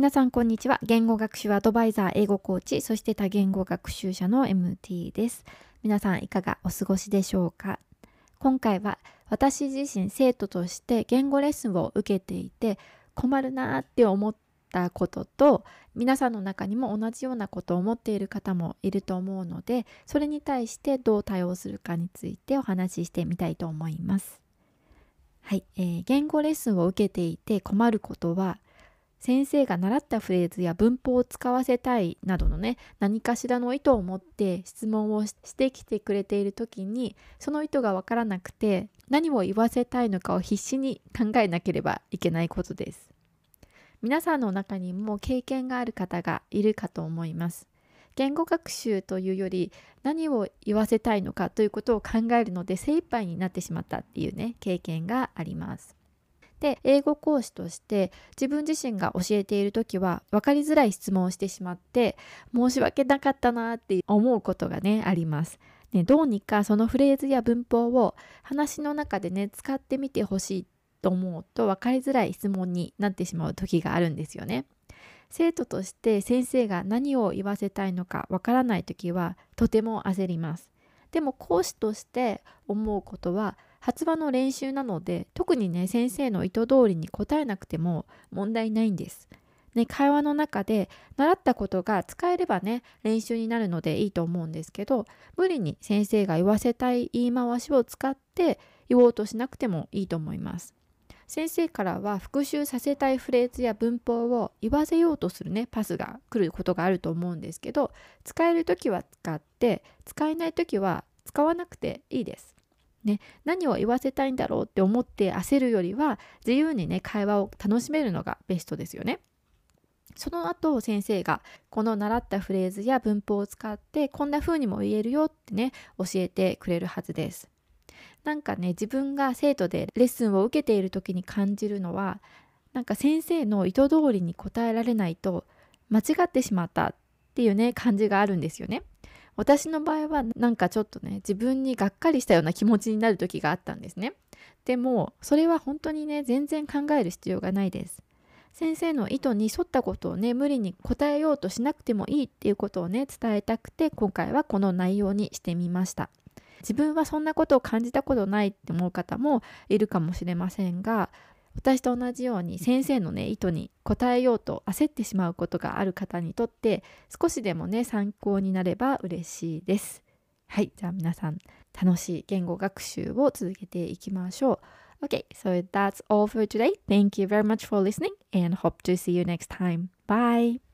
皆さんこんにちは。言語学習アドバイザー、英語コーチ、そして多言語学習者の MT です。皆さんいかがお過ごしでしょうか？今回は私自身生徒として言語レッスンを受けていて困るなって思ったことと、皆さんの中にも同じようなことを思っている方もいると思うので、それに対してどう対応するかについてお話ししてみたいと思います。はい、言語レッスンを受けていて困ることは、先生が習ったフレーズや文法を使わせたいなどのね、何かしらの意図を持って質問をしてきてくれている時に、その意図がわからなくて何を言わせたいのかを必死に考えなければいけないことです。皆さんの中にも経験がある方がいるかと思います。言語学習というより何を言わせたいのかということを考えるので精一杯になってしまったっていうね、経験があります。で、英語講師として自分自身が教えている時は分かりづらい質問をしてしまって申し訳なかったなって思うことがね、あります。ね、どうにかそのフレーズや文法を話の中でね、使ってみてほしいと思うと分かりづらい質問になってしまう時があるんですよね。生徒として先生が何を言わせたいのか分からない時はとても焦ります。でも講師として思うことは、発話の練習なので、特にね、先生の意図通りに答えなくても問題ないんです。ね、会話の中で習ったことが使えればね、練習になるのでいいと思うんですけど、無理に先生が言わせたい言い回しを使って言おうとしなくてもいいと思います。先生からは復習させたいフレーズや文法を言わせようとするね、パスが来ることがあると思うんですけど、使えるときは使って、使えないときは使わなくていいです。ね、何を言わせたいんだろうって思って焦るよりは、自由にね、会話を楽しめるのがベストですよね。その後、先生がこの習ったフレーズや文法を使ってこんな風にも言えるよってね、教えてくれるはずです。なんかね、自分が生徒でレッスンを受けている時に感じるのは、なんか先生の意図通りに答えられないと間違ってしまったっていうね、感じがあるんですよね。私の場合はなんかちょっとね、自分にがっかりしたような気持ちになる時があったんですね。でもそれは本当にね、全然考える必要がないです。先生の意図に沿ったことをね、無理に答えようとしなくてもいいっていうことをね、伝えたくて今回はこの内容にしてみました。自分はそんなことを感じたことないって思う方もいるかもしれませんが、私と同じように先生のね、意図に応えようと焦ってしまうことがある方にとって、少しでもね、参考になれば嬉しいです。はい、じゃあ皆さん、楽しい言語学習を続けていきましょう。Okay, so that's all for today. Thank you very much for listening and hope to see you next time. Bye!